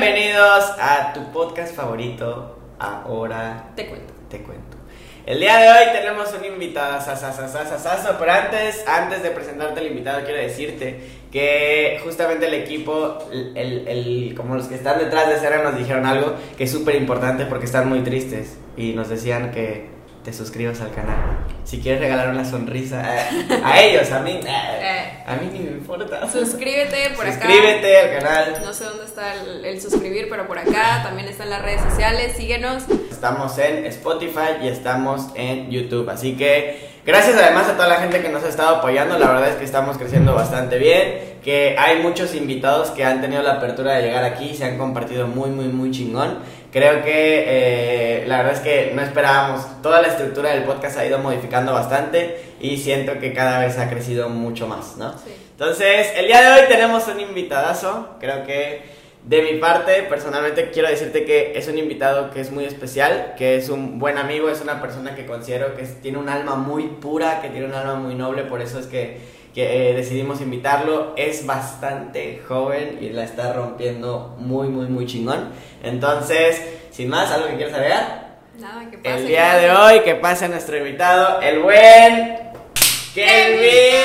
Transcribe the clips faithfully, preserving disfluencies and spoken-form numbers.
Bienvenidos a tu podcast favorito, Ahora Te Cuento. Te Cuento. El día de hoy tenemos un invitado, sasasasasasaso, pero antes, antes de presentarte al invitado quiero decirte que justamente el equipo, el, el, el, como los que están detrás de escena nos dijeron algo que es súper importante porque están muy tristes y nos decían que te suscribas al canal. Si quieres regalar una sonrisa eh, a ellos, a mí, eh, a mí ni me importa. Suscríbete por acá. Suscríbete al canal. No sé dónde está el, el suscribir, pero por acá también está en las redes sociales. Síguenos. Estamos en Spotify y estamos en YouTube. Así que gracias además a toda la gente que nos ha estado apoyando. La verdad es que estamos creciendo bastante bien. Que hay muchos invitados que han tenido la apertura de llegar aquí y se han compartido muy, muy, muy chingón. Creo que eh, la verdad es que no esperábamos. Toda la estructura del podcast ha ido modificando bastante y siento que cada vez ha crecido mucho más, ¿no? Sí. Entonces, el día de hoy tenemos un invitadazo. Creo que de mi parte, personalmente quiero decirte que es un invitado que es muy especial, que es un buen amigo, es una persona que considero que es, tiene un alma muy pura, que tiene un alma muy noble, por eso es que, que eh, decidimos invitarlo. Es bastante joven y la está rompiendo muy, muy, muy chingón. Entonces, sin más, ¿algo que quieras agregar? Nada, que pase. El día de hoy, que pase nuestro invitado, el buen Kelvin.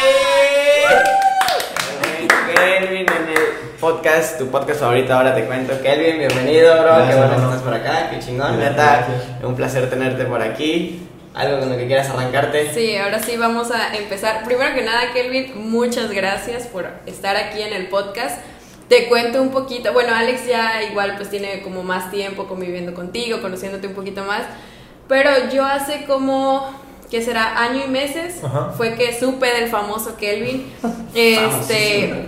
El buen Kelvin en el podcast, tu podcast favorito, Ahora Te Cuento. Kelvin, bienvenido, bro. Gracias, Qué bueno que hermano. estás por acá, qué chingón. Gracias, Neta, gracias. un placer tenerte por aquí. ¿Algo con lo que quieras arrancarte? Sí, ahora sí vamos a empezar. Primero que nada, Kelvin, muchas gracias por estar aquí en el podcast. Te cuento un poquito, bueno, Alex ya igual pues tiene como más tiempo conviviendo contigo, conociéndote un poquito más, pero yo hace como, ¿qué será? Año y meses, Ajá. fue que supe del famoso Kelvin, este,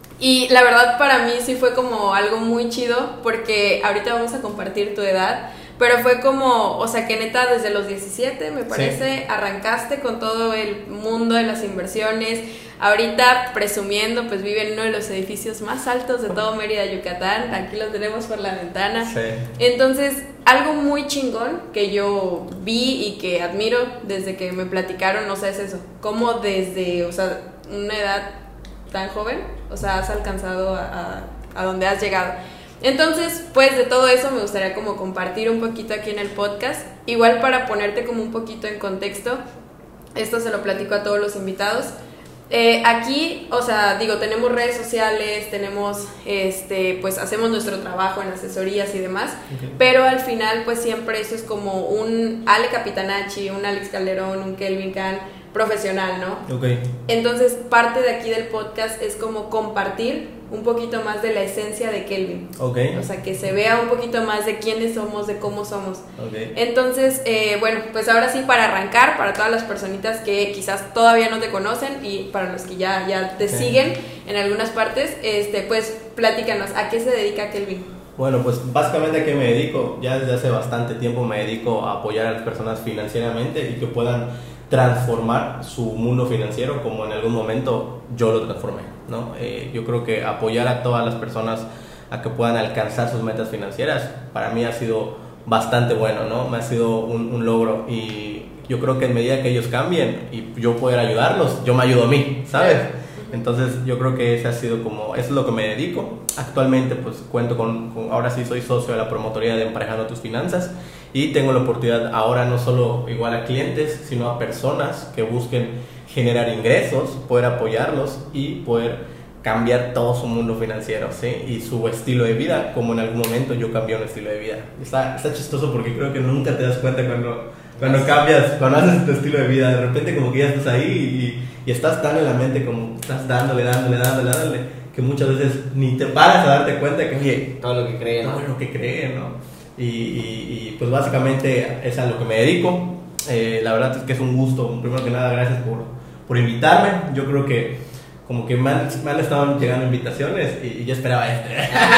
y la verdad para mí sí fue como algo muy chido, porque ahorita vamos a compartir tu edad, pero fue como, o sea, que neta desde los diecisiete, me parece, sí, arrancaste con todo el mundo de las inversiones. Ahorita, presumiendo, pues vive en uno de los edificios más altos de todo Mérida, Yucatán. Aquí lo tenemos por la ventana. Sí. Entonces, algo muy chingón que yo vi y que admiro desde que me platicaron, o sea, es eso. Cómo desde, o sea, una edad tan joven, o sea, has alcanzado a, a, a donde has llegado. Entonces, pues de todo eso me gustaría como compartir un poquito aquí en el podcast. Igual para ponerte como un poquito en contexto, esto se lo platico a todos los invitados. Eh, aquí, o sea, digo, tenemos redes sociales, tenemos, este, pues hacemos nuestro trabajo en asesorías y demás, okay, pero al final, pues siempre eso es como un Ale Capitanacci, un Alex Calderón, un Kelvin Can profesional, ¿no? Okay. Entonces, parte de aquí del podcast es como compartir un poquito más de la esencia de Kelvin. Okay. O sea, que se vea un poquito más de quiénes somos, de cómo somos. Okay. Entonces, eh, bueno, pues ahora sí, para arrancar, para todas las personitas que quizás todavía no te conocen y para los que ya, ya te okay, siguen en algunas partes, este, pues platícanos, ¿a qué se dedica Kelvin? Bueno, pues básicamente a qué me dedico. Ya desde hace bastante tiempo me dedico a apoyar a las personas financieramente y que puedan transformar su mundo financiero como en algún momento yo lo transformé, ¿no? Eh, yo creo que apoyar a todas las personas a que puedan alcanzar sus metas financieras para mí ha sido bastante bueno, ¿no? Me ha sido un, un logro y yo creo que en medida que ellos cambien y yo poder ayudarlos, yo me ayudo a mí, ¿sabes? Entonces yo creo que ese ha sido como, eso es lo que me dedico. Actualmente pues cuento con, con, ahora sí soy socio de la promotoría de Emparejando Tus Finanzas y tengo la oportunidad ahora no solo igual a clientes, sino a personas que busquen generar ingresos, poder apoyarlos y poder cambiar todo su mundo financiero, ¿sí? Y su estilo de vida, como en algún momento yo cambié un estilo de vida. Está, está chistoso porque creo que nunca te das cuenta cuando, cuando cambias, cuando haces tu estilo de vida, de repente como que ya estás ahí y, y estás tan en la mente como estás dándole, dándole, dándole, dándole, que muchas veces ni te paras a darte cuenta que, oye, todo lo que creen, todo ¿no? lo que creen, ¿no? Y, y, y pues básicamente es a lo que me dedico. Eh, la verdad es que es un gusto. Primero que nada, gracias por, por invitarme. Yo creo que como que me han, me han estado llegando invitaciones y, y yo esperaba este.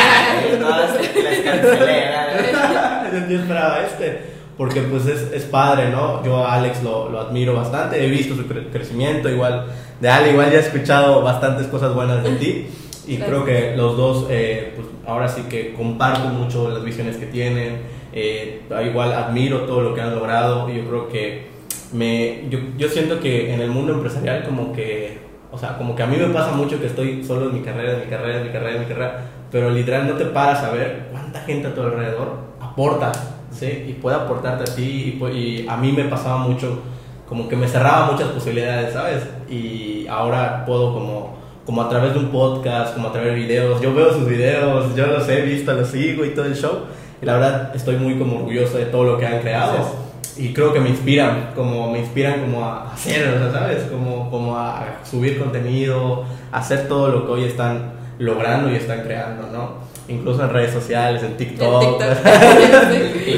Todas las cancelé, yo, yo esperaba este. Porque pues es, es padre, ¿no? Yo a Alex lo, lo admiro bastante. He visto su cre- crecimiento. Igual de Ale, igual ya he escuchado bastantes cosas buenas de ti. Y creo que los dos, eh, pues ahora sí que comparto mucho las visiones que tienen, eh, igual admiro todo lo que han logrado y yo creo que me, yo, yo siento que en el mundo empresarial como que, o sea, como que a mí me pasa mucho que estoy solo en mi carrera, en mi carrera, en mi carrera, en mi carrera, pero literal no te paras a ver cuánta gente a tu alrededor aporta, ¿sí? Y puede aportarte a ti, y, y a mí me pasaba mucho, como que me cerraba muchas posibilidades, ¿sabes? Y ahora puedo como, como a través de un podcast, como a través de videos, yo veo sus videos, yo los he visto, los sigo y todo el show, y la verdad estoy muy como orgulloso de todo lo que han creado. Y creo que me inspiran, como me inspiran como a hacer, o sea, ¿sabes? Como, como a subir contenido, a hacer todo lo que hoy están logrando y están creando, ¿no? Incluso en redes sociales, en TikTok. En TikTok.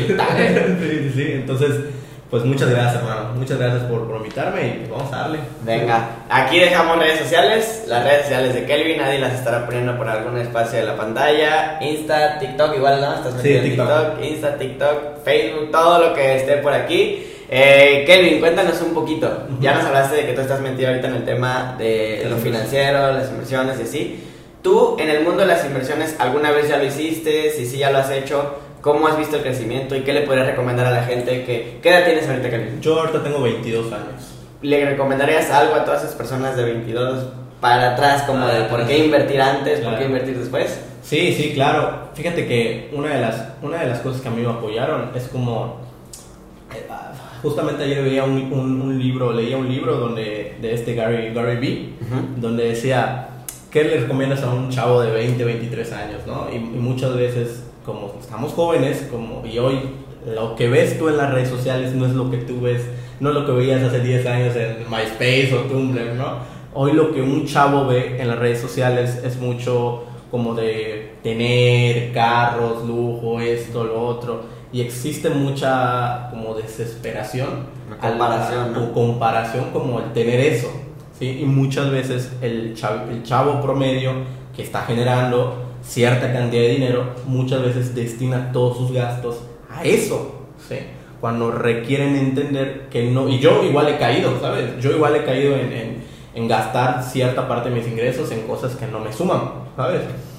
sí, sí, sí. Entonces, pues muchas gracias, hermano. Muchas gracias por, por invitarme y pues vamos a darle. Venga, aquí dejamos redes sociales, las redes sociales de Kelvin, nadie las estará poniendo por algún espacio de la pantalla. Insta, TikTok, igual no, estás metido Sí, en TikTok. TikTok, Insta, TikTok, Facebook, todo lo que esté por aquí. Eh, Kelvin, cuéntanos un poquito. Uh-huh. Ya nos hablaste de que tú estás metido ahorita en el tema de lo financiero, las inversiones y así. Tú, en el mundo de las inversiones, ¿alguna vez ya lo hiciste? Si sí, ya lo has hecho. ¿Cómo has visto el crecimiento y qué le podrías recomendar a la gente? Que, ¿Qué edad tienes ahorita, Kelvin? Yo ahorita tengo veintidós años. ¿Le recomendarías algo a todas esas personas de veintidós para atrás, como de por qué invertir antes, Claro. por qué invertir después? Sí, sí, claro. Fíjate que una de las, una de las cosas que a mí me apoyaron es como... eh, Justamente ayer veía un, un, un libro, leía un libro donde, de este Gary, Gary Vee, Uh-huh. donde decía, ¿qué le recomiendas a un chavo de veinte, veintitrés años? ¿No? Y, y muchas veces, como estamos jóvenes, como, y hoy lo que ves tú en las redes sociales no es lo que tú ves, no es lo que veías hace diez años en MySpace o Tumblr, ¿no? Hoy lo que un chavo ve en las redes sociales es mucho como de tener carros, lujo, esto, lo otro, y existe mucha como desesperación, Una comparación, a la, ¿no? o comparación como el tener eso, ¿sí? Y muchas veces el chavo, el chavo promedio que está generando cierta cantidad de dinero, muchas veces destina todos sus gastos a eso, ¿sí? Cuando requieren entender que no, y yo igual he caído, ¿sabes? Yo igual he caído en, en, en gastar cierta parte de mis ingresos en cosas que no me suman, ¿sabes?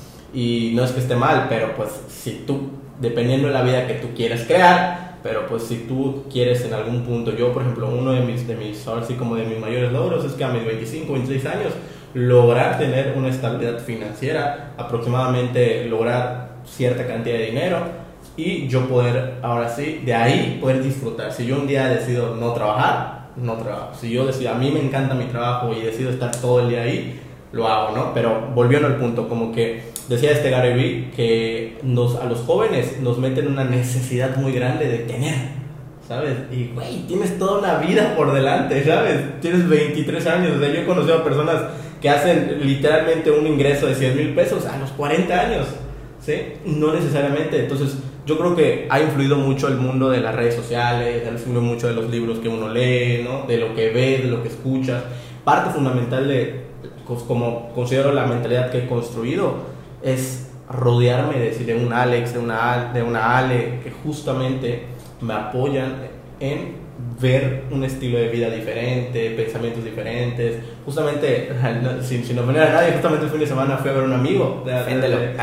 Y no es que esté mal, pero pues si tú, dependiendo de la vida que tú quieres crear, pero pues si tú quieres en algún punto, yo por ejemplo, uno de mis, de mis, ahora sí como de mis mayores logros es que a mis veinticinco, veintiséis años, lograr tener una estabilidad financiera, aproximadamente lograr cierta cantidad de dinero y yo poder, ahora sí, de ahí poder disfrutar. Si yo un día decido no trabajar, no trabajo. Si yo decido, a mí me encanta mi trabajo y decido estar todo el día ahí, lo hago, ¿no? Pero volviendo al punto, como que decía este Gary Vee que nos, a los jóvenes nos meten una necesidad muy grande de tener, ¿sabes? Y, güey, tienes toda una vida por delante, ¿sabes? Tienes veintitrés años, o sea, yo he conocido a personas que hacen literalmente un ingreso de cien mil pesos a los cuarenta años, ¿sí? No necesariamente, entonces yo creo que ha influido mucho el mundo de las redes sociales, ha influido mucho de los libros que uno lee, ¿no? De lo que ves, de lo que escuchas. Parte fundamental de, como considero la mentalidad que he construido, es rodearme de, de un Alex, de una, de una Ale, que justamente me apoyan en ver un estilo de vida diferente, pensamientos diferentes. Justamente, sin, sin ofender a nadie, justamente el fin de semana fui a ver un amigo. De, de, de, de,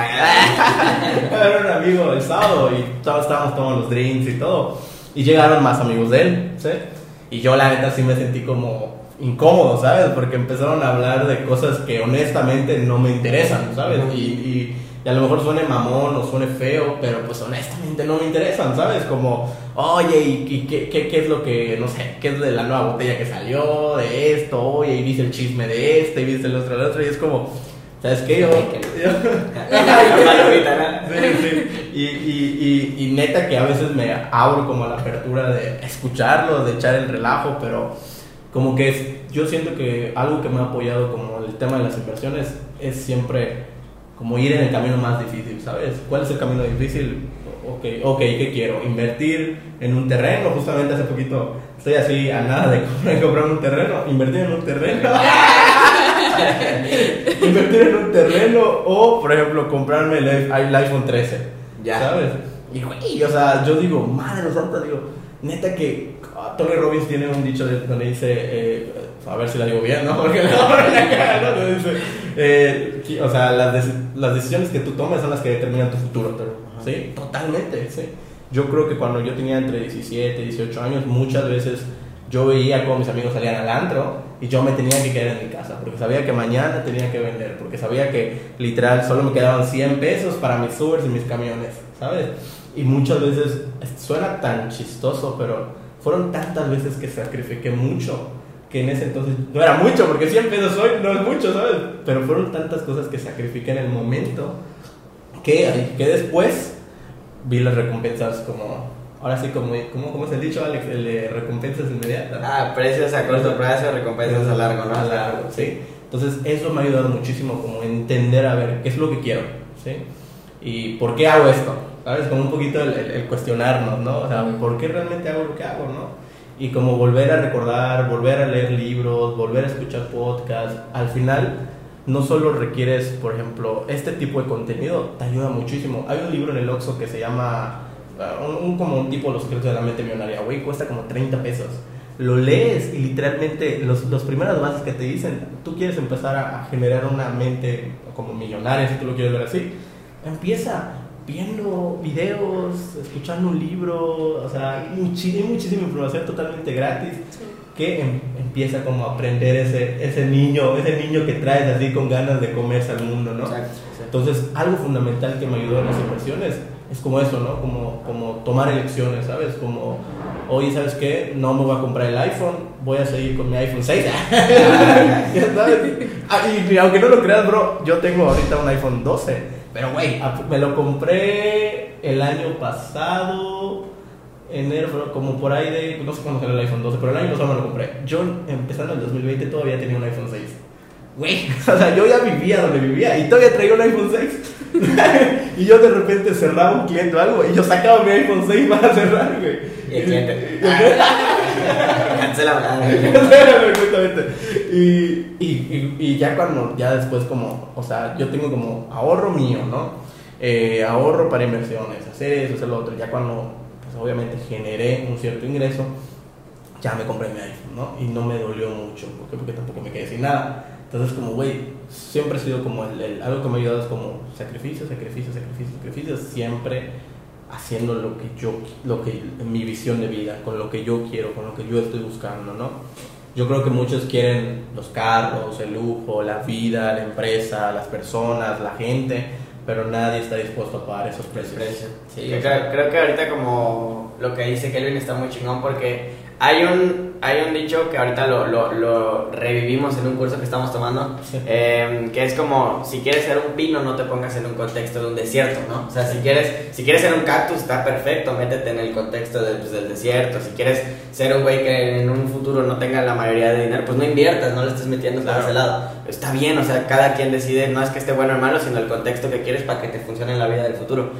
a ver un amigo el sábado y todos estábamos tomando los drinks y todo. Y llegaron más amigos de él, ¿sí? Y yo la neta sí me sentí como incómodo, ¿sabes? Porque empezaron a hablar de cosas que honestamente no me interesan, ¿sabes? Y, y, y a lo mejor suene mamón o suene feo, pero pues honestamente no me interesan, ¿sabes? Como, oye, ¿y, y qué, qué, qué es lo que, no sé, qué es de la nueva botella que salió, de esto? Oye, y viste el chisme de este, y viste el otro, el otro, y es como, ¿sabes qué? Yo... yo sí, sí. Y, y, y, y neta que a veces me abro como a la apertura de escucharlo, de echar el relajo, pero como que es, yo siento que algo que me ha apoyado como el tema de las inversiones es siempre como ir en el camino más difícil, ¿sabes? ¿Cuál es el camino difícil? Ok, ok, ¿qué quiero? Invertir en un terreno. Justamente hace poquito estoy así a nada de comprar, comprar un terreno. Invertir en un terreno. Invertir en un terreno o, por ejemplo, comprarme el, el iPhone trece. Ya. ¿Sabes? Y güey, o sea, yo digo, madre santa, digo, neta que uh, Tony Robbins tiene un dicho de, donde dice, eh, a ver si la digo bien, ¿no? Porque la cara, ¿no? Dice, eh, o sea, las, de, las decisiones que tú tomas son las que determinan tu futuro, ¿sí? Totalmente, ¿sí? Yo creo que cuando yo tenía entre diecisiete y dieciocho años, muchas veces Yo veía cómo mis amigos salían al antro y yo me tenía que quedar en mi casa porque sabía que mañana tenía que vender, porque sabía que literal solo me quedaban cien pesos para mis Ubers y mis camiones, ¿sabes? Y muchas veces suena tan chistoso, pero fueron tantas veces que sacrifiqué mucho que en ese entonces no era mucho, porque cien pesos hoy no es mucho, ¿sabes? Pero fueron tantas cosas que sacrifiqué en el momento que, que después vi las recompensas como... Ahora sí, como, como, ¿cómo es el dicho, Alex? El de recompensas inmediatas. Ah, precios a corto plazo, recompensas a largo, ¿no? A largo, sí. Entonces, eso me ha ayudado muchísimo como entender, a ver, qué es lo que quiero, ¿sí? Y por qué hago esto, ¿sabes? Como un poquito el, el, el cuestionarnos, ¿no? O sea, ¿por qué realmente hago lo que hago, no? Y como volver a recordar, volver a leer libros, volver a escuchar podcasts. Al final, no solo requieres, por ejemplo, este tipo de contenido, te ayuda muchísimo. Hay un libro en el Oxxo que se llama... Un, un, como un tipo Los secretos de la mente millonaria, güey, cuesta como treinta pesos. Lo lees y literalmente los, los primeras bases que te dicen, tú quieres empezar a, a generar una mente como millonaria, si tú lo quieres ver así, empieza viendo videos, escuchando un libro, o sea, hay muchi- muchísima información totalmente gratis. Sí. Que em, empieza como a aprender ese, ese niño, ese niño que traes así con ganas de comerse al mundo, ¿no? Exacto, exacto. Entonces, algo fundamental que me ayudó en las inversiones es como eso, ¿no? Como, como tomar elecciones, ¿sabes? Como, oye, ¿sabes qué? No me voy a comprar el iPhone, voy a seguir con mi iPhone seis. ¿Ya sabes? Ah, y, y aunque no lo creas, bro, yo tengo ahorita un iPhone doce, pero güey, me lo compré el año pasado, enero, como por ahí de, no sé cuándo salió el iPhone doce, pero el año pasado me lo compré. Yo, empezando el dos mil veinte, todavía tenía un iPhone seis. Güey, o sea, yo ya vivía donde vivía y todavía traía un iPhone seis. Y yo de repente cerraba un cliente o algo y yo sacaba mi iPhone seis para cerrar, güey. Y el cliente cancela. Exactamente. Y, y, y, y ya cuando, ya después como, o sea, yo tengo como ahorro mío, ¿no? Eh, ahorro para inversiones, hacer eso, hacer lo otro. Ya cuando, pues obviamente generé un cierto ingreso, ya me compré mi iPhone, ¿no? Y no me dolió mucho, ¿por qué? Porque tampoco me quedé sin nada. Entonces, como, güey, siempre ha sido como el, el, algo que me ha ayudado es como sacrificio, sacrificio, sacrificio, sacrificio, siempre haciendo lo que yo, lo que, mi visión de vida, con lo que yo quiero, con lo que yo estoy buscando, ¿no? Yo creo que muchos quieren los carros, el lujo, la vida, la empresa, las personas, la gente, pero nadie está dispuesto a pagar esos precios. Sí, yo creo, creo que ahorita como lo que dice Kelvin está muy chingón porque hay un, hay un dicho que ahorita lo, lo, lo revivimos en un curso que estamos tomando, sí. eh, que es como, si quieres ser un pino, no te pongas en un contexto de un desierto, ¿no? O sea, si quieres, si quieres ser un cactus, está perfecto, métete en el contexto de, pues, del desierto. Si quieres ser un güey que en un futuro no tenga la mayoría de dinero, pues no inviertas, no le estés metiendo claro. Por ese lado. Está bien, o sea, cada quien decide, no es que esté bueno o malo, sino el contexto que quieres para que te funcione en la vida del futuro.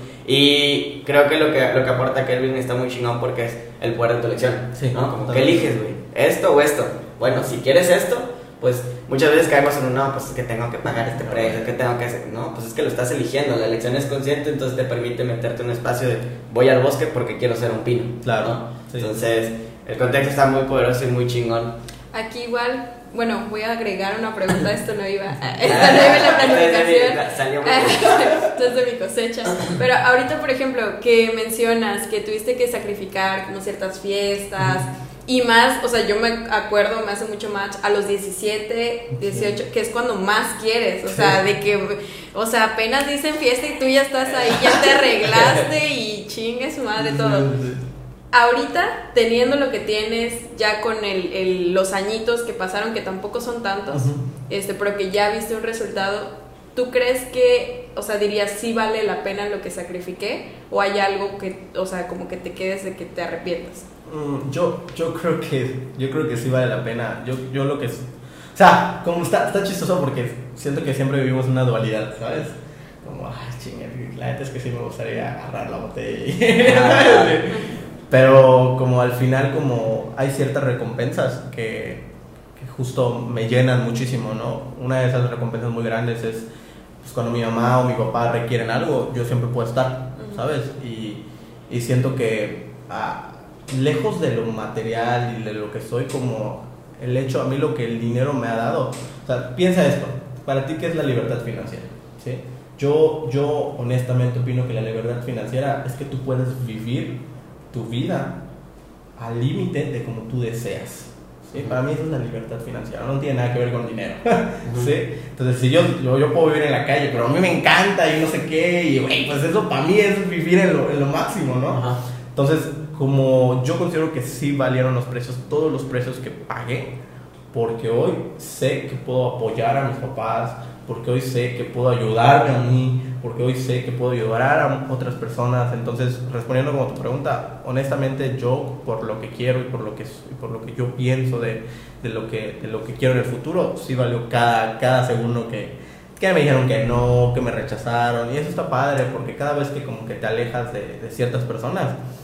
Y creo que lo que, lo que aporta Kelvin está muy chingón porque es el poder de tu elección, sí, ¿no? Como, ¿qué eliges, güey? ¿Esto o esto? Bueno, si quieres esto, pues muchas veces caemos en un no, pues es que tengo que pagar este precio, que tengo que hacer, no, pues es que lo estás eligiendo, la elección es consciente, entonces te permite meterte en un espacio de voy al bosque porque quiero ser un pino, claro, ¿no? Sí. Entonces el contexto está muy poderoso y muy chingón. Aquí igual, bueno, voy a agregar una pregunta, esto no iba, esto no iba en la planificación, salió muy esto es de mi cosecha, pero ahorita por ejemplo que mencionas que tuviste que sacrificar como ciertas fiestas y más, o sea, yo me acuerdo, me hace mucho match a los diecisiete, dieciocho, que es cuando más quieres, o sea, de que, o sea, apenas dicen fiesta y tú ya estás ahí, ya te arreglaste y chingue su madre todo. Ahorita, teniendo lo que tienes, ya con el, el, los añitos que pasaron, que tampoco son tantos, uh-huh. este, pero que ya viste un resultado, ¿tú crees que, o sea, dirías, sí vale la pena lo que sacrifiqué? ¿O hay algo que, o sea, como que te quedes de que te arrepientas? Mm, yo, yo creo que, yo creo que sí vale la pena. Yo, yo lo que, o sea, como está, está chistoso porque siento que siempre vivimos una dualidad, ¿sabes? Como, ay, chinga, la neta es que sí me gustaría agarrar la botella y... Pero como al final como hay ciertas recompensas que, que justo me llenan muchísimo, ¿no? Una de esas recompensas muy grandes es pues, cuando mi mamá o mi papá requieren algo, yo siempre puedo estar, ¿sabes? Y, y siento que ah, lejos de lo material y de lo que soy, como el hecho, a mí lo que el dinero me ha dado, o sea, piensa esto, para ti, ¿qué es la libertad financiera? ¿Sí? Yo, yo honestamente opino que la libertad financiera es que tú puedes vivir tu vida al límite de como tú deseas. ¿Sí? Para mí eso es la libertad financiera, no tiene nada que ver con dinero. ¿Sí? Entonces, si yo, yo, yo puedo vivir en la calle, pero a mí me encanta y no sé qué, y güey, pues eso para mí es vivir en lo, en lo máximo, ¿no? Ajá. Entonces, como yo considero que sí valieron los precios, todos los precios que pagué, porque hoy sé que puedo apoyar a mis papás, porque hoy sé que puedo ayudarme a mí, porque hoy sé que puedo ayudar a otras personas. Entonces, respondiendo como tu pregunta, honestamente yo por lo que quiero y por lo que, y por lo que yo pienso de, de, lo que, de lo que quiero en el futuro, sí valió cada, cada segundo que, que me dijeron que no, que me rechazaron. Y eso está padre porque cada vez que como que te alejas de, de ciertas personas,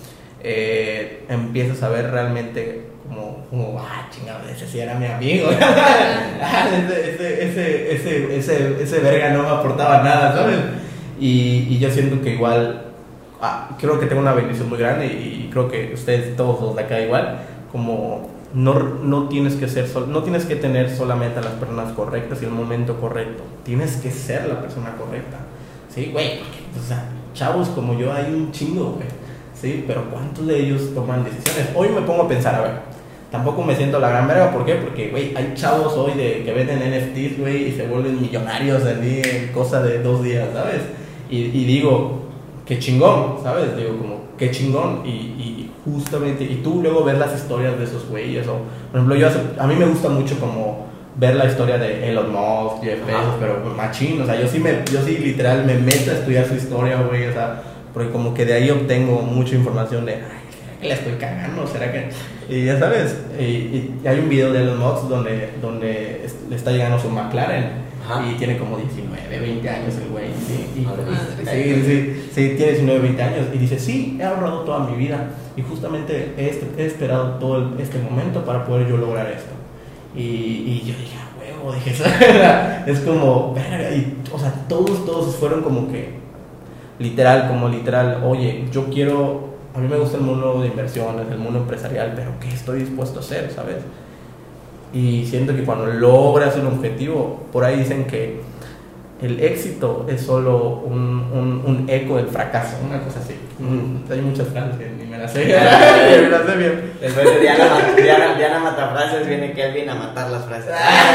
eh, empiezas a ver realmente como, como ah, chingado, ese sí era mi amigo. ese, ese, ese, ese, ese, ese verga no me aportaba nada, ¿sabes? Y, y yo siento que igual, ah, creo que tengo una bendición muy grande y, y creo que ustedes todos los de acá igual, como no, no, tienes que ser sol, no tienes que tener solamente a las personas correctas y el momento correcto, tienes que ser la persona correcta, ¿sí, güey? O sea, chavos como yo hay un chingo, güey, ¿sí? Pero ¿cuántos de ellos toman decisiones? Hoy me pongo a pensar, a ver, tampoco me siento la gran verga, ¿por qué? Porque, güey, hay chavos hoy de, que venden N F Ts, güey, y se vuelven millonarios en cosa de dos días, ¿sabes? Y, y digo, qué chingón, ¿sabes? Digo, como, qué chingón. Y, y justamente, y tú luego ves las historias de esos güeyes. O, por ejemplo, yo hace, a mí me gusta mucho como ver la historia de Elon Musk, Jeff Bezos, pero machín. O sea, yo sí, me, yo sí literal me meto a estudiar su historia, güey. O sea, porque como que de ahí obtengo mucha información de, ay, ¿será que la estoy cagando? ¿Será que...? Y ya sabes, y, y hay un video de Elon Musk donde, donde le está llegando su McLaren. Ajá. Y tiene como diecinueve, veinte años el güey, ¿sí? Y, y, sí, sí, sí, tiene diecinueve, veinte años y dice, sí, he ahorrado toda mi vida y justamente he, he esperado todo este momento para poder yo lograr esto. Y, y yo dije, ah, huevo, dije, es como, verga, y, o sea, todos, todos fueron como que, literal, como literal, oye, yo quiero, a mí me gusta el mundo de inversiones, el mundo empresarial, pero ¿qué estoy dispuesto a hacer, sabes? Y siento que cuando logras un objetivo, por ahí dicen que el éxito es solo un, un, un eco del fracaso, una cosa así. Mm, hay muchas frases que ni me las sé, me las sé bien. Después de Diana, Diana, Diana Matafrases viene Kelvin a matar las frases.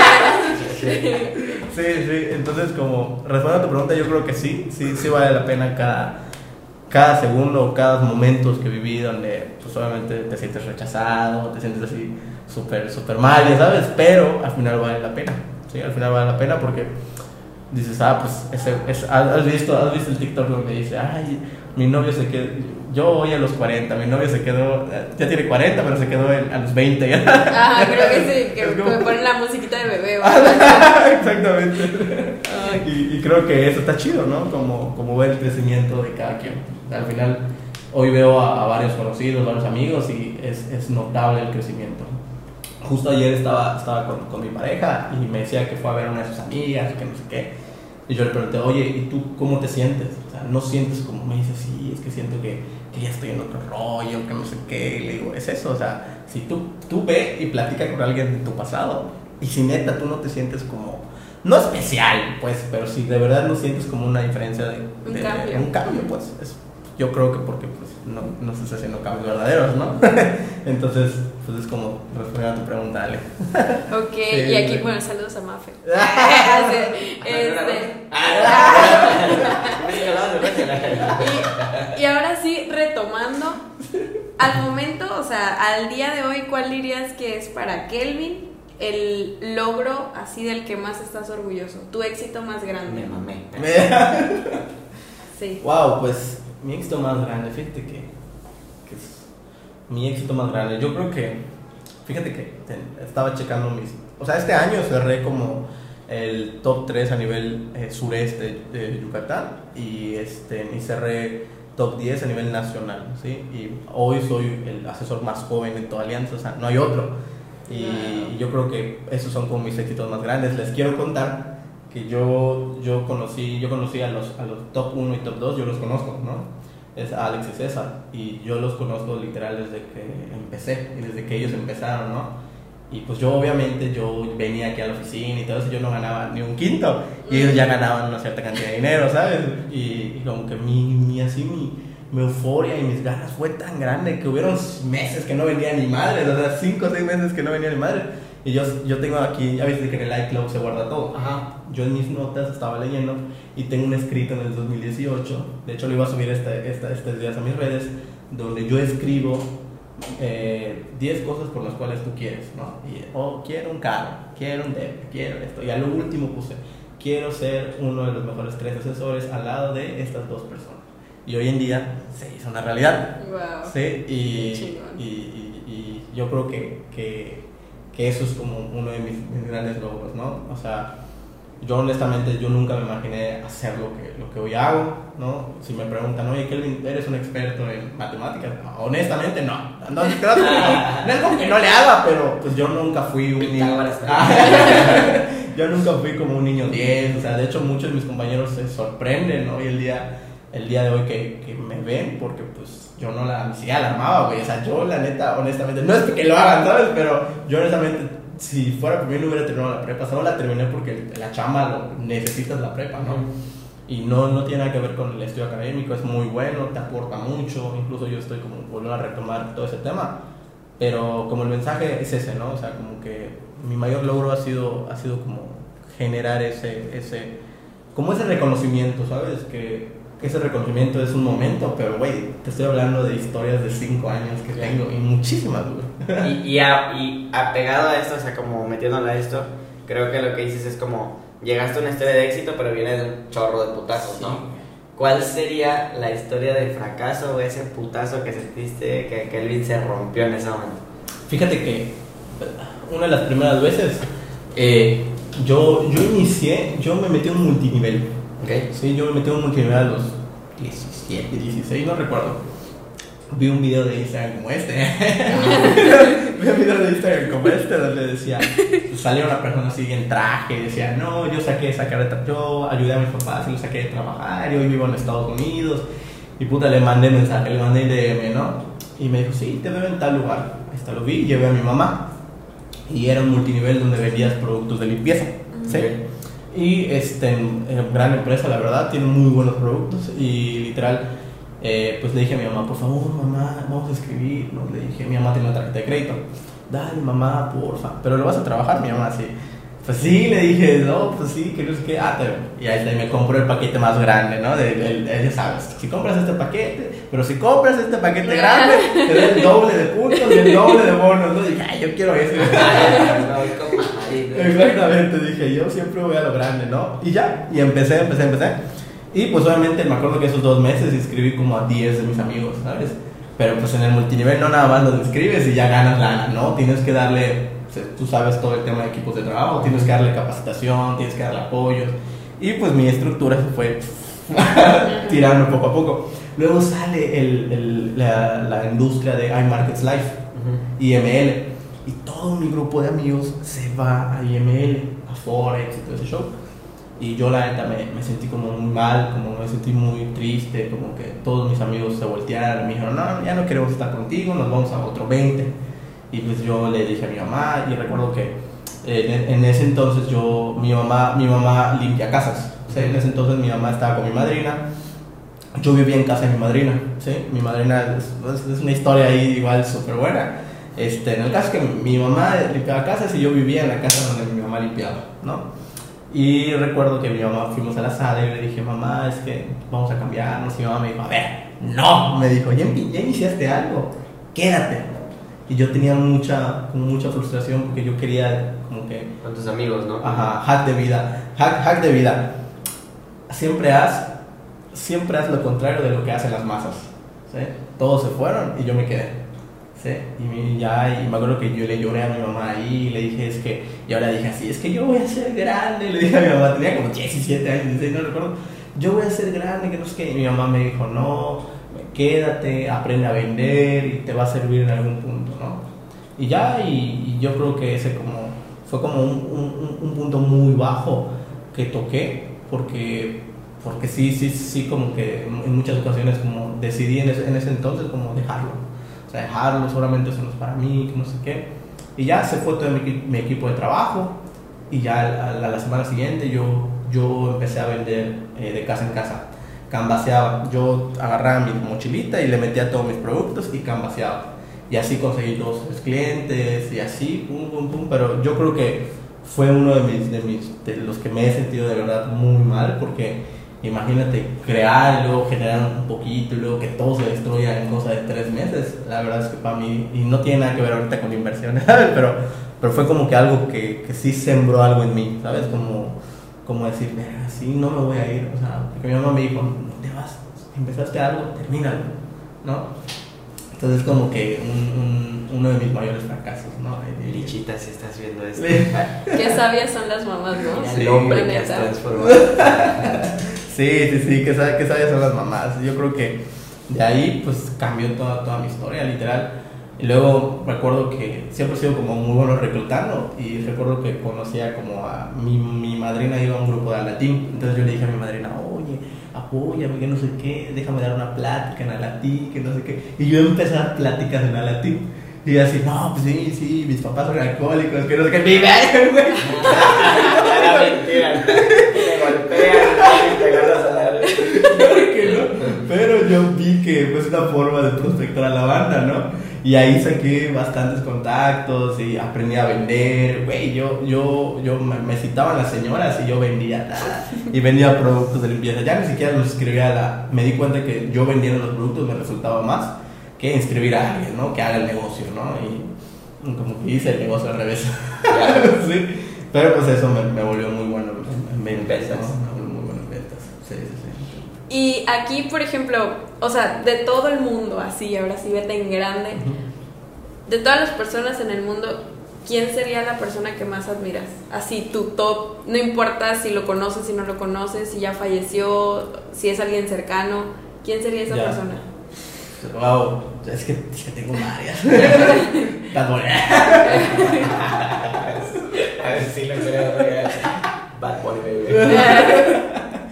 Sí, sí, sí, entonces como respondiendo a tu pregunta, yo creo que sí, sí, sí vale la pena cada, cada segundo, cada momento que viví donde pues obviamente te sientes rechazado, te sientes así súper, súper mal, ya sabes, pero al final vale la pena, ¿sí? Al final vale la pena porque dices, ah, pues, ese, ese, has, visto, has visto el TikTok donde dice, ay, mi novio se quedó, yo voy a los cuarenta, mi novio se quedó, ya tiene cuarenta, pero se quedó en, a los veinte. Ah, creo que sí, que como... me ponen la musiquita de bebé. Exactamente. Y, y creo que eso está chido, ¿no? Como, como ver el crecimiento de cada quien. Al final, hoy veo a, a varios conocidos, varios amigos y es, es notable el crecimiento. Justo ayer estaba, estaba con, con mi pareja y me decía que fue a ver a una de sus amigas, que no sé qué. Y yo le pregunté, oye, ¿y tú cómo te sientes? O sea, ¿no sientes como? Me dice, sí, es que siento que, que ya estoy en otro rollo, que no sé qué. Y le digo, es eso, o sea, si tú, tú ve y platica con alguien de tu pasado y si neta tú no te sientes como, no especial, pues, pero si de verdad no sientes como una diferencia de, de, un, de, cambio. de un cambio, pues, es, yo creo que porque pues, no, no se está haciendo cambios verdaderos, ¿no? Entonces, pues es como responder a tu pregunta, Ale. Ok, sí, y aquí, bueno, saludos a Mafe. este, y, y ahora sí, retomando, al momento, o sea, al día de hoy, ¿cuál dirías que es para Kelvin el logro así del que más estás orgulloso? Tu éxito más grande. Me mamé. Sí. Wow, pues mi éxito más grande, fíjate que, que es mi éxito más grande. Yo creo que, fíjate que te, estaba checando mis, o sea, este año cerré como el top tres a nivel eh, sureste de Yucatán y este y cerré top diez a nivel nacional, ¿sí? Y hoy soy el asesor más joven en toda Alianza, o sea, no hay otro. Y wow. Yo creo que esos son como mis éxitos más grandes. Les quiero contar que yo, yo conocí yo conocí a los, a los top uno y top dos, yo los conozco, ¿no? Es Alex y César, y yo los conozco literal desde que empecé, y desde que ellos empezaron, ¿no? Y pues yo obviamente, yo venía aquí a la oficina y todo eso, yo no ganaba ni un quinto, y ellos ya ganaban una cierta cantidad de dinero, ¿sabes? Y, y como que mi, mi así, mi, mi euforia y mis ganas fue tan grande que hubieron meses que no venía ni madre, o sea, cinco o seis meses que no venía ni madre. Y yo, yo tengo aquí, ya viste que en el iCloud se guarda todo. Ajá. Yo en mis notas estaba leyendo y tengo un escrito en el dos mil dieciocho, de hecho lo iba a subir este, esta, estos días a mis redes, donde yo escribo eh, diez cosas por las cuales tú quieres, ¿no? Y, oh, quiero un carro, quiero un dedo, quiero esto. Y a lo último puse, quiero ser uno de los mejores tres asesores al lado de estas dos personas. Y hoy en día se hizo una realidad. Wow. Sí, y, y, y, y yo creo que, que, que eso es como uno de mis, mis grandes logros, ¿no? O sea, yo honestamente yo nunca me imaginé hacer lo que, lo que hoy hago, ¿no? Si me preguntan, oye, Kelvin, ¿eres un experto en matemáticas? No, honestamente no. No, no, no, no es como que no le haga, pero pues yo nunca fui un niño. Yo nunca fui como un niño diez, o sea, de hecho muchos de mis compañeros se sorprenden, ¿no? Hoy el día, el día de hoy que, que me ven, porque pues yo no la, ni siquiera la armaba, güey, o sea, yo la neta, honestamente, no es que lo hagan, ¿sabes? Pero yo honestamente, si fuera por mí no hubiera terminado la prepa, solo la terminé porque la chamba lo necesitas la prepa, ¿no? Y no, no tiene nada que ver con el estudio académico, es muy bueno, te aporta mucho, incluso yo estoy como volviendo a retomar todo ese tema, pero como el mensaje es ese, ¿no? O sea, como que mi mayor logro ha sido, ha sido como generar ese, ese, como ese reconocimiento, ¿sabes? Que ese reconocimiento es un momento, pero güey, te estoy hablando de historias de cinco años que Claro. tengo, y muchísimas, güey. Y, y, a- y apegado a esto, o sea, como metiéndole a esto, creo que lo que dices es como, llegaste a una historia de éxito, pero viene de un chorro de putazos, Sí. ¿no? ¿Cuál sería la historia de fracaso o ese putazo que sentiste que Kelvin se rompió en ese momento? Fíjate que una de las primeras veces, eh, yo, yo inicié, yo me metí en un multinivel. ¿Ok? Sí, yo me metí en un multinivel a los diecisiete, dieciséis, no recuerdo. Vi un video de Instagram como este. Vi un video de Instagram como este donde decía, salía una persona así en traje y decía, no, yo saqué esa carreta, yo ayudé a mis papás y los saqué de trabajar y hoy vivo en Estados Unidos. Y puta, le mandé mensaje, le mandé D M, ¿no? Y me dijo, sí, te veo en tal lugar. Hasta lo vi, llevé a mi mamá. Y era un multinivel donde vendías productos de limpieza. ¿Sí? Y este, eh, gran empresa, la verdad, tiene muy buenos productos. Y literal, eh, pues le dije a mi mamá, por favor, mamá, vamos a escribir. ¿No? Le dije, mi mamá tiene una tarjeta de crédito. Dale, mamá, porfa. Pero lo vas a trabajar, mi mamá, sí. Pues sí, le dije, no, pues sí, que no sé qué. Ah, te... Y ahí está, y me compró el paquete más grande, ¿no? De, de, de, ya sabes, si compras este paquete, pero si compras este paquete grande, te da el doble de puntos y el doble de bonos. ¿No? Dije, ay, yo quiero eso. Exactamente, dije, yo siempre voy a lo grande, ¿no? Y ya, y empecé, empecé, empecé. Y pues obviamente me acuerdo que esos dos meses inscribí como a diez de mis amigos, ¿sabes? Pero pues en el multinivel no nada más los inscribes y ya ganas lana, ¿no? Tienes que darle, tú sabes todo el tema de equipos de trabajo, tienes que darle capacitación, tienes que darle apoyos. Y pues mi estructura se fue tirando poco a poco. Luego sale el, el, la, la industria de iMarkets Life, uh-huh. I M L. Y todo mi grupo de amigos se va a I M L, a Forex y todo ese show. Y yo la neta me, me sentí como muy mal, como me sentí muy triste, como que todos mis amigos se voltearon y me dijeron, no, ya no queremos estar contigo, nos vamos a otro veinte. Y pues yo le dije a mi mamá, y recuerdo que eh, en, en ese entonces yo, mi mamá, mi mamá limpia casas. ¿Sí? En ese entonces mi mamá estaba con mi madrina, yo vivía en casa de mi madrina. ¿Sí? Mi madrina es, es una historia ahí igual súper buena. Este, en el caso que mi mamá limpiaba casas y yo vivía en la casa donde mi mamá limpiaba, ¿no? Y recuerdo que mi mamá fuimos a la sala y le dije, mamá, es que vamos a cambiarnos. Y mi mamá me dijo, a ver, no, me dijo, ya, ya iniciaste algo, quédate. Y yo tenía mucha, como mucha frustración porque yo quería como que... Con tus amigos, ¿no? Ajá, hack de vida, hack, hack de vida. Siempre haz, siempre haz lo contrario de lo que hacen las masas, ¿sí? Todos se fueron y yo me quedé. Sí, y, me, ya, y me acuerdo que yo le lloré a mi mamá ahí y le dije, es que, y ahora dije así, es que yo voy a ser grande, le dije a mi mamá, tenía como diecisiete años, dieciséis, no recuerdo, yo voy a ser grande, que no sé qué, y mi mamá me dijo, no, quédate, aprende a vender y te va a servir en algún punto, ¿no? Y ya, y, y yo creo que ese como, fue como un, un, un punto muy bajo que toqué, porque, porque sí, sí, sí, como que en muchas ocasiones como decidí en ese, en ese entonces como dejarlo. O sea, dejarlo, solamente eso no es para mí, que no sé qué. Y ya se fue todo mi, mi equipo de trabajo. Y ya a la, a la semana siguiente yo, yo empecé a vender eh, de casa en casa. canvaseaba. Yo agarraba mi mochilita y le metía todos mis productos y canvaseaba. Y así conseguí dos tres clientes y así, pum, pum, pum. Pero yo creo que fue uno de mis, de mis, de los que me he sentido de verdad muy mal, porque imagínate crear y luego generar un poquito y luego que todo se destruya en cosa de tres meses. La verdad es que para mí, y no tiene nada que ver ahorita con inversiones, ¿sabes? Pero, pero fue como que algo que, que sí sembró algo en mí, ¿sabes? Como, como decir, así no me voy a ir, o sea, porque mi mamá me dijo, no te vas, empezaste algo, termínalo, ¿no? Entonces como que un, un, uno de mis mayores fracasos, ¿no? Lichita, si estás viendo esto. Qué sabias son las mamás, ¿no? El hombre que has transformado. Sí, sí, sí, que, sabe, que sabias son las mamás. Yo creo que de ahí pues cambió toda, toda mi historia, literal. Y luego recuerdo que siempre he sido como muy bueno reclutando, y recuerdo que conocía como a mi, mi madrina, iba a un grupo de Alatín. Entonces yo le dije a mi madrina, oye, apóyame, que no sé qué, déjame dar una plática en Alatín, que no sé qué. Y yo empecé a dar pláticas en Alatín. Y yo así, no, pues sí, sí, mis papás son alcohólicos, que no sé qué. ¡Mi madre, güey! Era mentira. Te golpean y te ganas a la vez. Claro que no. Pero yo vi que fue una forma de prospectar a la banda, ¿no? Y ahí saqué bastantes contactos y aprendí a vender, güey. Yo, yo, yo me, me citaban las señoras y yo vendía nada. Y vendía productos de limpieza. Ya ni siquiera los escribía a la. Me di cuenta que yo vendiendo los productos me resultaba más que inscribir a alguien, ¿no? Que haga el negocio, ¿no? Y como que hice el negocio al revés. Sí. Pero pues eso me, me volvió muy bueno en ventas, ¿no? Me volvió muy bueno en ventas. Sí, sí, sí. Y aquí, por ejemplo, o sea, de todo el mundo, así, ahora sí vete en grande, uh-huh. De todas las personas en el mundo, ¿quién sería la persona que más admiras? Así, tu top, no importa si lo conoces, si no lo conoces, si ya falleció, si es alguien cercano, ¿quién sería esa ya. persona? Wow, es que, es que tengo varias. Bad Bunny. A ver si lo creo. Bad Bunny, baby.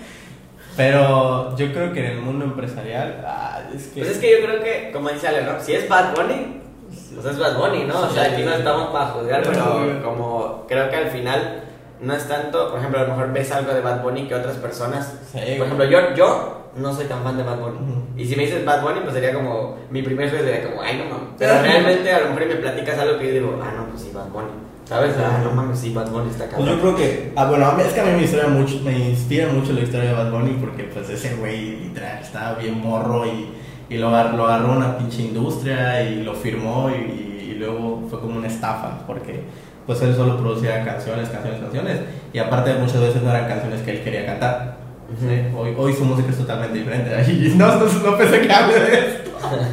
Pero yo creo que en el mundo empresarial, ah, es que... Pues es que yo creo que, como dice Ale, ¿no? Si es Bad Bunny, pues es Bad Bunny, ¿no? O sea, aquí no estamos para juzgar, pero como creo que al final no es tanto, por ejemplo, a lo mejor ves algo de Bad Bunny que otras personas. Sí, por ejemplo, yo, yo no soy tan fan de Bad Bunny. Uh-huh. Y si me dices Bad Bunny, pues sería como, mi primer juez sería como, ay, no mames. Pero realmente a lo mejor me platicas algo que yo digo, ah, no, pues sí, Bad Bunny. ¿Sabes? Ah, no mames, sí, Bad Bunny está cabrón. Pues yo creo que, ah, bueno, a mí, es que a mí me inspira mucho, me inspira mucho la historia de Bad Bunny, porque pues ese güey literal estaba bien morro y, y lo, lo agarró una pinche industria y lo firmó y, y luego fue como una estafa, porque pues él solo producía canciones, canciones, canciones, y aparte muchas veces no eran canciones que él quería cantar. Uh-huh. ¿Sí? Hoy, hoy su música es totalmente diferente. Y no, no, no pensé que hable de esto.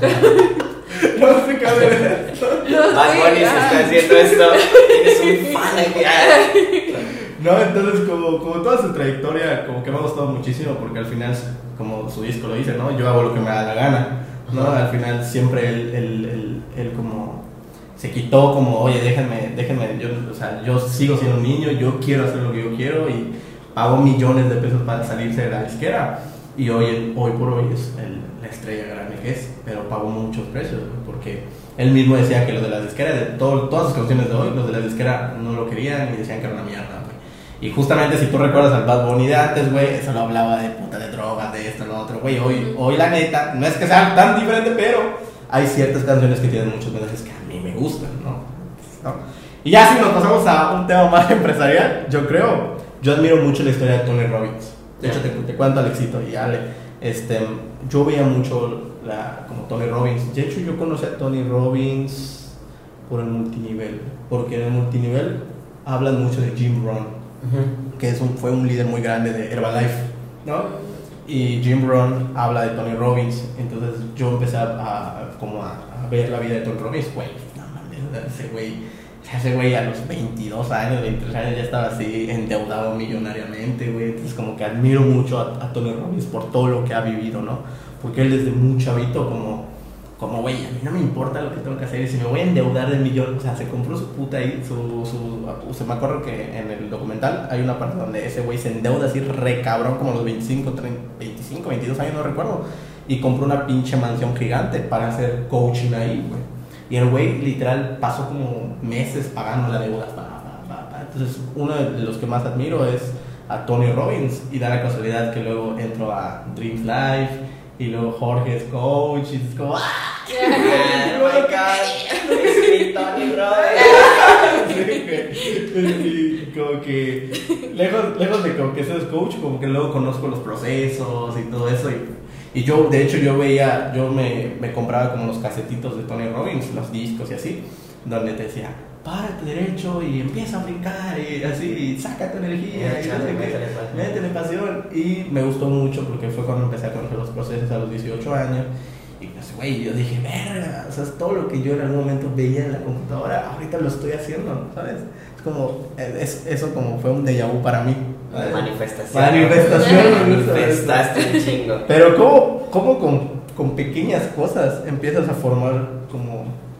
No sé qué hable de esto. Bad Bunny se está haciendo esto. Eres un fan aquí. No, entonces como, como toda su trayectoria como que me ha gustado muchísimo, porque al final, como su disco lo dice, ¿no? Yo hago lo que me da la gana, ¿no? Uh-huh. Al final siempre él, él, él, él como se quitó como, oye, déjenme, déjenme, yo, o sea, yo sigo siendo un niño, yo quiero hacer lo que yo quiero, y pagó millones de pesos para salirse de la disquera, y hoy, hoy por hoy es el, la estrella grande que es, pero pagó muchos precios, porque él mismo decía que los de la disquera, de todo, todas sus canciones de hoy, los de la disquera no lo querían y decían que era una mierda, güey. Y justamente si tú recuerdas al Bad Bunny de antes, güey, eso lo hablaba de puta, de drogas, de esto, lo otro, güey. Hoy, hoy la neta, no es que sea tan diferente, pero hay ciertas canciones que tienen muchos mensajes que a mí me gustan, ¿no? ¿No? Y ya si nos pasamos a un tema más empresarial, yo creo, yo admiro mucho la historia de Tony Robbins. De hecho, te, te cuento, Alexito y Ale, este, yo veía mucho la, como Tony Robbins. De hecho, yo conocí a Tony Robbins por el multinivel, porque en el multinivel hablan mucho de Jim Rohn, uh-huh. que es un, fue un líder muy grande de Herbalife, ¿no? Y Jim Rohn habla de Tony Robbins. Entonces yo empecé a, a, como a, a ver la vida de Tony Robbins. Güey, no mames, ese güey ese güey a los veintidós años, veintitrés años ya estaba así endeudado millonariamente, güey. Entonces como que admiro mucho a, a Tony Robbins por todo lo que ha vivido, ¿no? Porque él desde muy chavito como, como güey, a mí no me importa lo que tengo que hacer, y si me voy a endeudar de millón, o sea, se compró su puta ahí, su, su, o sea, me acuerdo que en el documental hay una parte donde ese güey se endeuda así re cabrón, como a los veinticinco, treinta, veinticinco, veintidós años, no recuerdo, y compró una pinche mansión gigante para hacer coaching ahí, güey. Y el güey literal pasó como meses pagando la deuda. Pa, pa, pa, pa. Entonces uno de los que más admiro es a Tony Robbins, y da la casualidad que luego entro a Dreams Life y luego Jorge es coach y es como ¡ah! Oh my God, sí, Tony Robbins. Y como que lejos, lejos de como que seas coach, como que luego conozco los procesos y todo eso, y, y yo de hecho yo veía, yo me, me compraba como los casetitos de Tony Robbins, los discos y así, donde te decía párate derecho y empieza a brincar y así, y saca tu energía, y no sé qué, métele pasión. Y me gustó mucho porque fue cuando empecé a conocer los procesos a los dieciocho años. Y pues, güey, yo dije, verga, o sea, es todo lo que yo en algún momento veía en la computadora, ahorita lo estoy haciendo, ¿sabes? Es como, es, eso como fue un déjà vu para mí. ¿Sabes? Manifestación. Manifestación. Manifestaste un chingo. Pero cómo, cómo con, con pequeñas cosas empiezas a formar como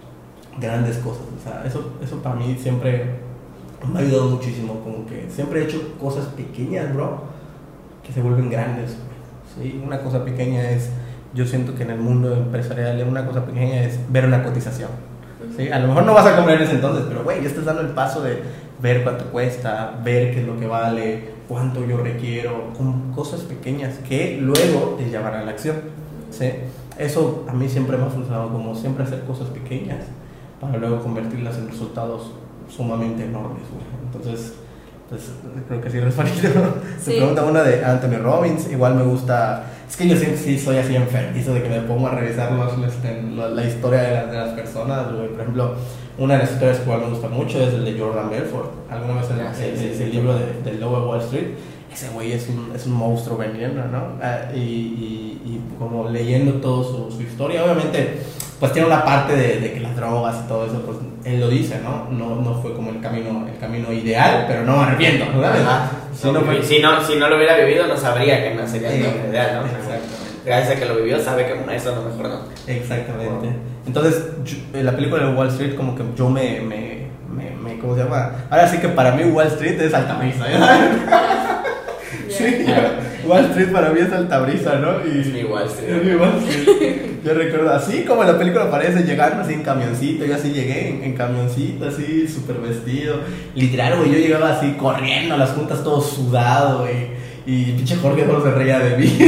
grandes cosas. O sea, eso, eso para mí siempre me ha ayudado muchísimo, como que siempre he hecho cosas pequeñas, bro, que se vuelven grandes. ¿Sí? Una cosa pequeña es, yo siento que en el mundo empresarial una cosa pequeña es ver una cotización. ¿Sí? A lo mejor no vas a comprar en ese entonces, pero güey, ya estás dando el paso de ver cuánto cuesta, ver qué es lo que vale, cuánto yo requiero, con cosas pequeñas que luego te llevarán a la acción. ¿Sí? Eso a mí siempre me ha funcionado, como siempre hacer cosas pequeñas para luego convertirlas en resultados sumamente enormes, güey. Entonces, pues, creo que sí respondido. Se Sí. pregunta una de Anthony Robbins, igual me gusta, es que yo siempre sí soy así enfermizo de que me pongo a revisar los, este, la, la historia de las, de las personas, güey. Por ejemplo, una de las historias que igual me gusta mucho es el de Jordan Belfort. Alguna vez en Ah, sí, el, sí, el, sí, el sí. libro de, del Lobo de Wall Street, ese güey es un, es un monstruo vendiendo, ¿no? Ah, y, y, y como leyendo toda su, su historia, obviamente pues tiene una parte de, de que las drogas y todo eso, pues él lo dice, ¿no? No, no fue como el camino, el camino ideal, pero no me arrepiento, ¿verdad? Ajá. Si no fue- si, no, si no lo hubiera vivido, no sabría que no sería el Eh, camino ideal, ¿no? exactamente. Gracias a que lo vivió, sabe que eso a lo mejor no. Exactamente. Entonces, yo- en la película de Wall Street, como que yo me, me, me, me- ¿cómo se llama? Ahora sí que para mí Wall Street es Altabrisa, ¿ya? Sí, Wall Street para mí es Altabrisa, ¿no? Y, Es mi Wall Street. Es mi Wall Street. Yo recuerdo, así como en la película aparece, llegando así en camioncito, yo así llegué en, en camioncito, así, súper vestido. Literal, güey, yo llegaba así corriendo a las juntas todo sudado, güey. Y pinche Jorge no se reía de mí.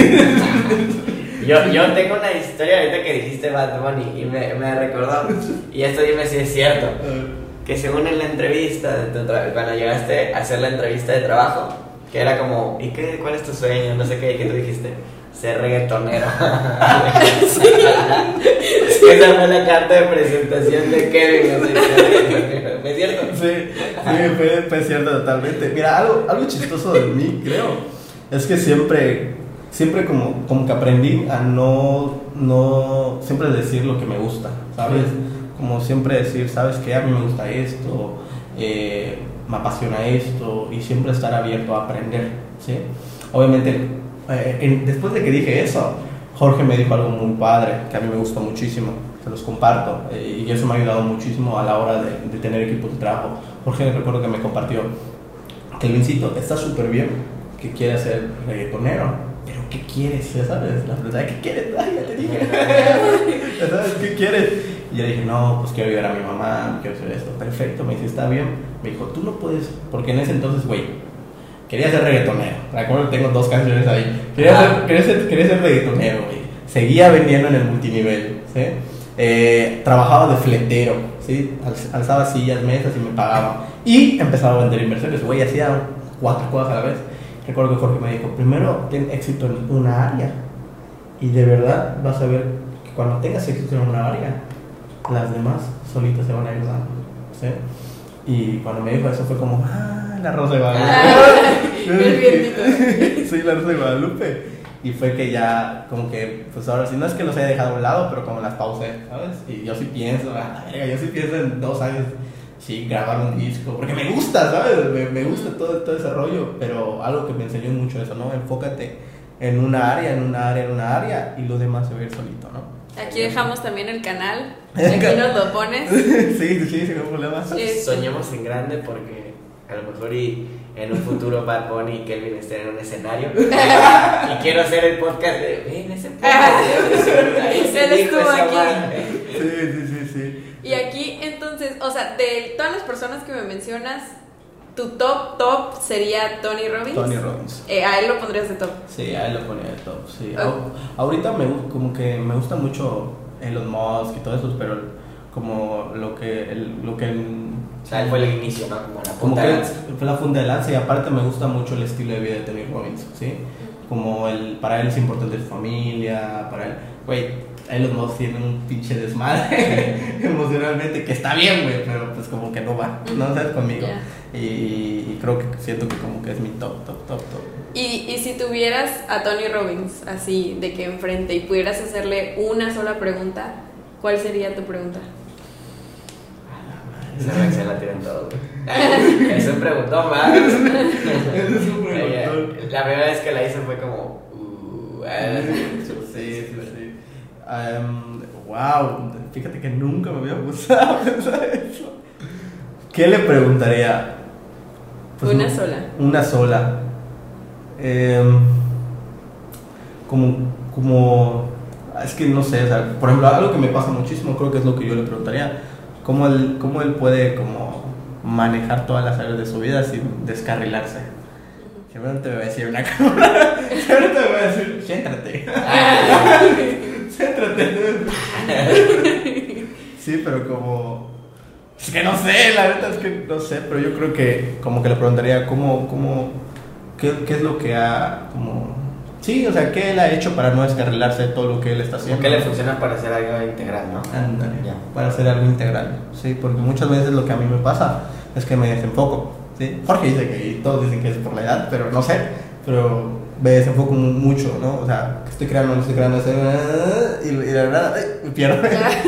Yo, yo tengo una historia ahorita que dijiste Bad Bunny y me, me recordó, y esto dime si es cierto, que según en la entrevista, de tu tra- cuando llegaste a hacer la entrevista de trabajo, que era como, ¿y qué, cuál es tu sueño? No sé qué, y que tú dijiste, ser reggaetonero. Esa fue la carta de presentación de Kevin, o sea, ser reggaetonero. ¿Es cierto? Sí, sí, fue, fue cierto totalmente. Mira, algo, algo chistoso de mí, creo, es que siempre, siempre como, como que aprendí a no, no, siempre decir lo que me gusta, ¿sabes? Como siempre decir, ¿sabes qué? A mí me gusta esto, eh, me apasiona esto, y siempre estar abierto a aprender, ¿sí? Obviamente, eh, en- después de que dije eso, Jorge me dijo algo muy padre, que a mí me gustó muchísimo, se los comparto, eh, y eso me ha ayudado muchísimo a la hora de, de tener equipos de trabajo. Jorge, recuerdo que me compartió, Kelvincito, está súper bien que quieras ser reggaetonero, pero ¿qué quieres? Ya sabes, la verdad, ¿qué quieres? Ay, ya te dije. ¿Ya sabes qué quieres? Y yo le dije, no, pues quiero ayudar a mi mamá, quiero hacer esto. Perfecto, me dice, está bien. Me dijo, tú no puedes, porque en ese entonces, güey, quería ser reggaetonero. Recuerdo que tengo dos canciones ahí. Quería ser, quería ser, quería ser reggaetonero, güey. Seguía vendiendo en el multinivel, ¿sí? Eh, trabajaba de fletero, ¿sí? Alz- Alzaba sillas, mesas y me pagaban. Y empezaba a vender inversiones, güey, hacía cuatro cosas a la vez. Recuerdo que Jorge me dijo, primero ten éxito en una área y de verdad vas a ver que cuando tengas éxito en una área, las demás solitas se van a ayudar, ¿sí? Y cuando me dijo eso fue como, ah, la Rosa de Guadalupe. El vientito. Sí, la Rosa de Guadalupe. Y fue que ya, como que, pues ahora sí, no es que los haya dejado a un lado, pero como las pausé, ¿sabes? Y yo sí pienso, ah, verga, yo sí pienso en dos años, sí, grabar un disco, porque me gusta, ¿sabes? Me, me gusta todo, todo ese rollo, pero algo que me enseñó mucho eso, ¿no? Enfócate en una área, en una área, en una área, y lo demás se va a ir solito, ¿no? Aquí dejamos también el canal. Aquí nos lo pones. Sí, sí, sí, sin problema. Sí. Soñemos en grande porque a lo mejor y en un futuro Bad Bunny y Kelvin estén en un escenario y quiero hacer el podcast de ven ese podcast ahí se Él dijo estuvo esa aquí. madre. Sí, sí, sí, sí. Y aquí, entonces, o sea, de todas las personas que me mencionas, tu top top sería Tony Robbins. Tony Robbins. Eh, a él lo pondrías de top. Sí, a él lo ponía de top, sí. Oh. Ahor- Ahorita me, gu- como que me gusta mucho Elon Musk y todo eso, pero como lo que... El, lo que el- O sea, él fue el inicio, ¿no? Como la como punta que de lanza. fue la funda de lanza y aparte me gusta mucho el estilo de vida de Tony Robbins, ¿sí? Como el, para él es importante su familia, para él, güey, Elon Musk tiene un pinche desmadre emocionalmente que está bien, güey, pero pues como que no va, no sabes conmigo. Yeah. Y, y creo que siento que como que es mi top, top, top, top. Y, y si tuvieras a Tony Robbins así de que enfrente y pudieras hacerle una sola pregunta, ¿cuál sería tu pregunta? Esa reacción la tienen todos, güey. Es un preguntón, ¿verdad? Es un preguntón. La primera vez que la hice fue como. Uh, ah, Sí, sí, sí. Um, wow, fíjate que nunca me había gustado pensar eso. ¿Qué le preguntaría? Una no- sola. Una sola. Em, como, como, es que no sé, o sea, por ejemplo, algo que me pasa muchísimo, creo que es lo que yo le preguntaría. ¿Cómo él, cómo él puede como manejar todas las áreas de su vida sin descarrilarse? Seguramente me va a decir una cámara. Seguramente me va a decir, céntrate. Céntrate. Sí, pero como... Es que no sé, la verdad es que no sé, pero yo creo que como que le preguntaría cómo, cómo, qué, qué es lo que ha, como... Sí, o sea, qué él ha hecho para no descarrilarse de todo lo que él está haciendo. ¿Qué le funciona para hacer algo integral, no? Ándale, Ya. para hacer algo integral, sí, porque muchas veces lo que a mí me pasa es que me desenfoco, ¿sí? Jorge dice que, y todos dicen que es por la edad, pero no sé, pero me desenfoco mu- mucho, ¿no? O sea, que estoy creando, no estoy creando, estoy, y, y de verdad ay, me pierdo,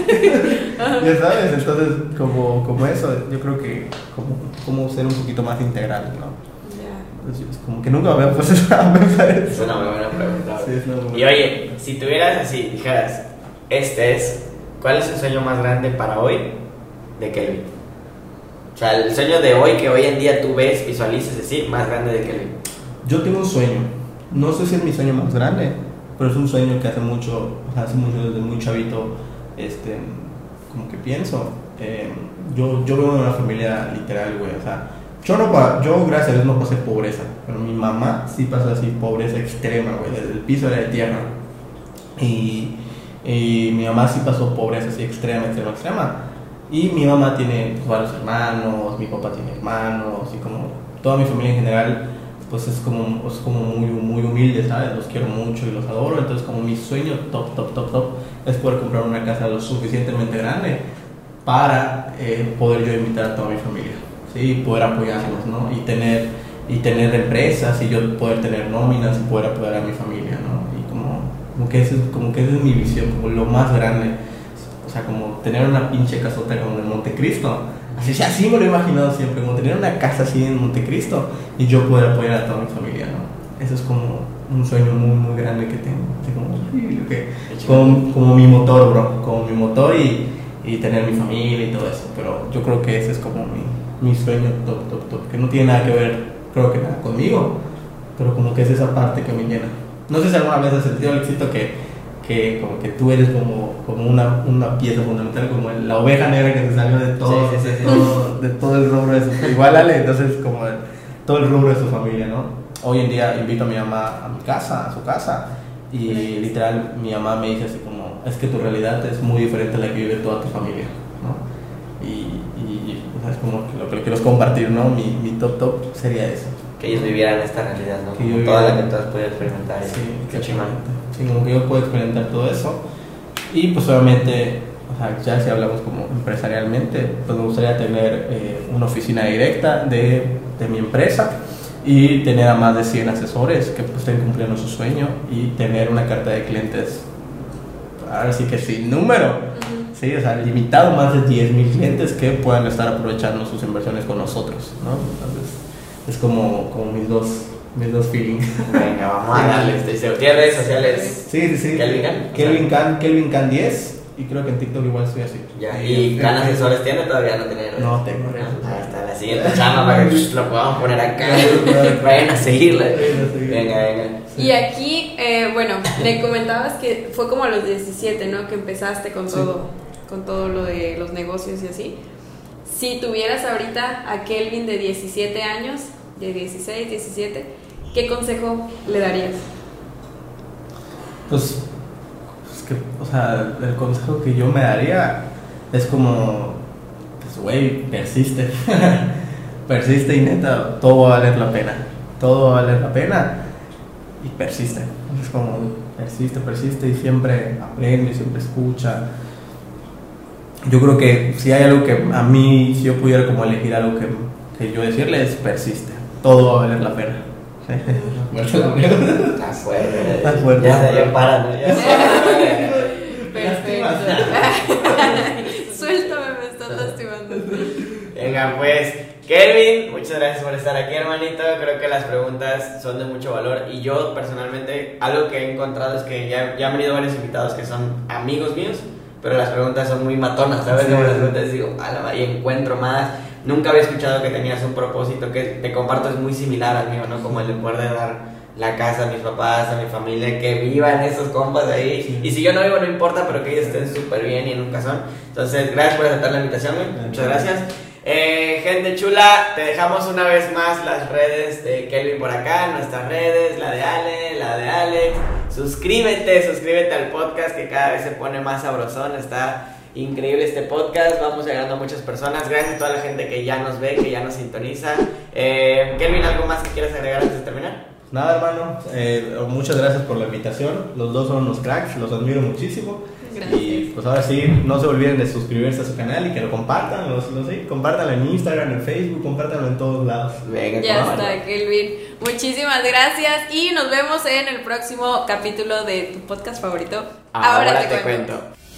ya sabes, entonces como, como eso, yo creo que como, como ser un poquito más integral, ¿no? Entonces, es como que nunca me había puesto a pensar Es eso. una muy buena pregunta. Sí, es una muy Y buena. oye, si tuvieras así, dijeras, este es, ¿cuál es el sueño más grande para hoy de Kelvin? O sea, el sueño de hoy que hoy en día tú ves, visualices así, más grande de Kelvin. Yo tengo un sueño, no sé si es mi sueño más grande, pero es un sueño que hace mucho, o sea, hace mucho desde muy chavito, este, como que pienso. Eh, yo, yo vengo de una familia literal, güey, o sea, yo, no, pa- yo gracias a Dios no pasé pobreza, pero mi mamá sí pasó así, pobreza extrema, güey, desde el piso era de tierra. Y, y mi mamá sí pasó pobreza así extrema, extrema, extrema. Y mi mamá tiene pues, varios hermanos, mi papá tiene hermanos, y como toda mi familia en general, pues es como, es como muy, muy humilde, ¿sabes? Los quiero mucho y los adoro. Entonces, como mi sueño top, top, top, top es poder comprar una casa lo suficientemente grande para eh, poder yo invitar a toda mi familia, ¿sí? Y poder apoyarlos, ¿no? Y tener, y tener empresas y yo poder tener nóminas y poder apoyar a mi familia, ¿no? Y como, como, que, ese, como que esa es mi visión, como lo más grande. O sea, como tener una pinche casota como en Montecristo. Así, sí, así me lo he imaginado siempre, como tener una casa así en Montecristo y yo poder apoyar a toda mi familia, ¿no? Eso es como un sueño muy, muy grande que tengo. Así como, sí, okay. como, como mi motor, bro. Como mi motor y, y tener mi familia y todo eso. Pero yo creo que ese es como mi, mi sueño top, top, top. Que no tiene nada que ver, creo que nada conmigo, pero como que es esa parte que me llena. No sé si alguna vez has sentido, Alexito, que que como que tú eres como, como una, una pieza fundamental, como la oveja negra que se salió de todo, Sí, sí, sí, sí. de todo, de todo el rubro de su igual Ale, entonces como el- todo el rubro de su familia, ¿no? Hoy en día invito a mi mamá a mi casa, a su casa, y literal mi mamá me dice así como, es que tu realidad es muy diferente a la que vive toda tu familia, ¿no? Y, y o sea, es como que lo que quiero es compartir, ¿no? Mi, mi top top sería eso. Que ellos vivieran esta realidad, ¿no? Que yo Como toda la viviera- que tú has podido experimentar. Sí, Qué chingón. Sí, como que yo puedo experimentar todo eso. Y pues obviamente, o sea, ya si hablamos como empresarialmente, pues me gustaría tener eh, una oficina directa de, de mi empresa y tener a más de cien asesores que pues, estén cumpliendo su sueño y tener una carta de clientes, ahora sí que sin número, Ujú. sí, o sea, limitado, más de diez mil clientes que puedan estar aprovechando sus inversiones con nosotros, ¿no? Entonces, es como, como mis dos, mis dos feelings. Venga, vamos a darle. Este, ¿tienes redes sociales? Sí, sí, sí. Kelvin Can. Kelvin Can, Kelvin Can diez. Y creo que en TikTok igual estoy así. Ya, ¿y Can Asesores tiene? Todavía no tiene. No tengo redes Ahí sociales. está la siguiente chamba para que lo podamos poner acá. Vayan a seguirle. Venga, venga. Y aquí, eh, bueno, me comentabas que fue como a los diecisiete, ¿no? Que empezaste con Sí. todo, con todo lo de los negocios y así. si tuvieras ahorita a Kelvin de diecisiete años, de dieciséis, diecisiete, ¿qué consejo le darías? Pues, pues que, o sea, el consejo que yo me daría es como, pues, güey, persiste. Persiste y neta, todo va a valer la pena. Todo va a valer la pena y persiste. Es como, persiste, persiste y siempre aprende, siempre escucha. Yo creo que si hay algo que a mí, si yo pudiera como elegir algo que, que yo decirle es persiste. Todo va a valer la pena. Está fuerte. Está fuerte. Ya, ya para, ¿no? Ya. Perfecto. Suéltame, me estás lastimando. Venga, pues, Kelvin, muchas gracias por estar aquí, hermanito. Creo que las preguntas son de mucho valor. Y yo, personalmente, algo que he encontrado es que ya, ya han venido varios invitados que son amigos míos, pero las preguntas son muy matonas, ¿sabes? Sí. Como las preguntas digo, ala, y encuentro más. Nunca había escuchado que tenías un propósito que te comparto, es muy similar al mío, ¿no? Como el de poder dar la casa a mis papás, a mi familia, que vivan esos compas ahí. Sí. Y si yo no vivo, no importa, pero que ellos estén súper bien y en un casón. Entonces, gracias por aceptar la invitación, güey. Muchas gracias. Eh, gente chula, te dejamos una vez más las redes de Kelvin por acá, nuestras redes, la de Ale, la de Alex. Suscríbete, suscríbete al podcast que cada vez se pone más sabrosón. Está increíble este podcast, vamos llegando a muchas personas. Gracias a toda la gente que ya nos ve, que ya nos sintoniza. eh, Kelvin, ¿algo más que quieras agregar antes de terminar? Nada, hermano, eh, muchas gracias por la invitación. Los dos son unos cracks, los admiro muchísimo. Gracias. Y pues ahora sí, no se olviden de suscribirse a su canal y que lo compartan, los, los, sí, compártanlo en Instagram, en Facebook, compártanlo en todos lados. Venga, ya cómo está, no. Kelvin. Muchísimas gracias y nos vemos en el próximo capítulo de tu podcast favorito. Ahora, Ahora te, te cuento. cuento.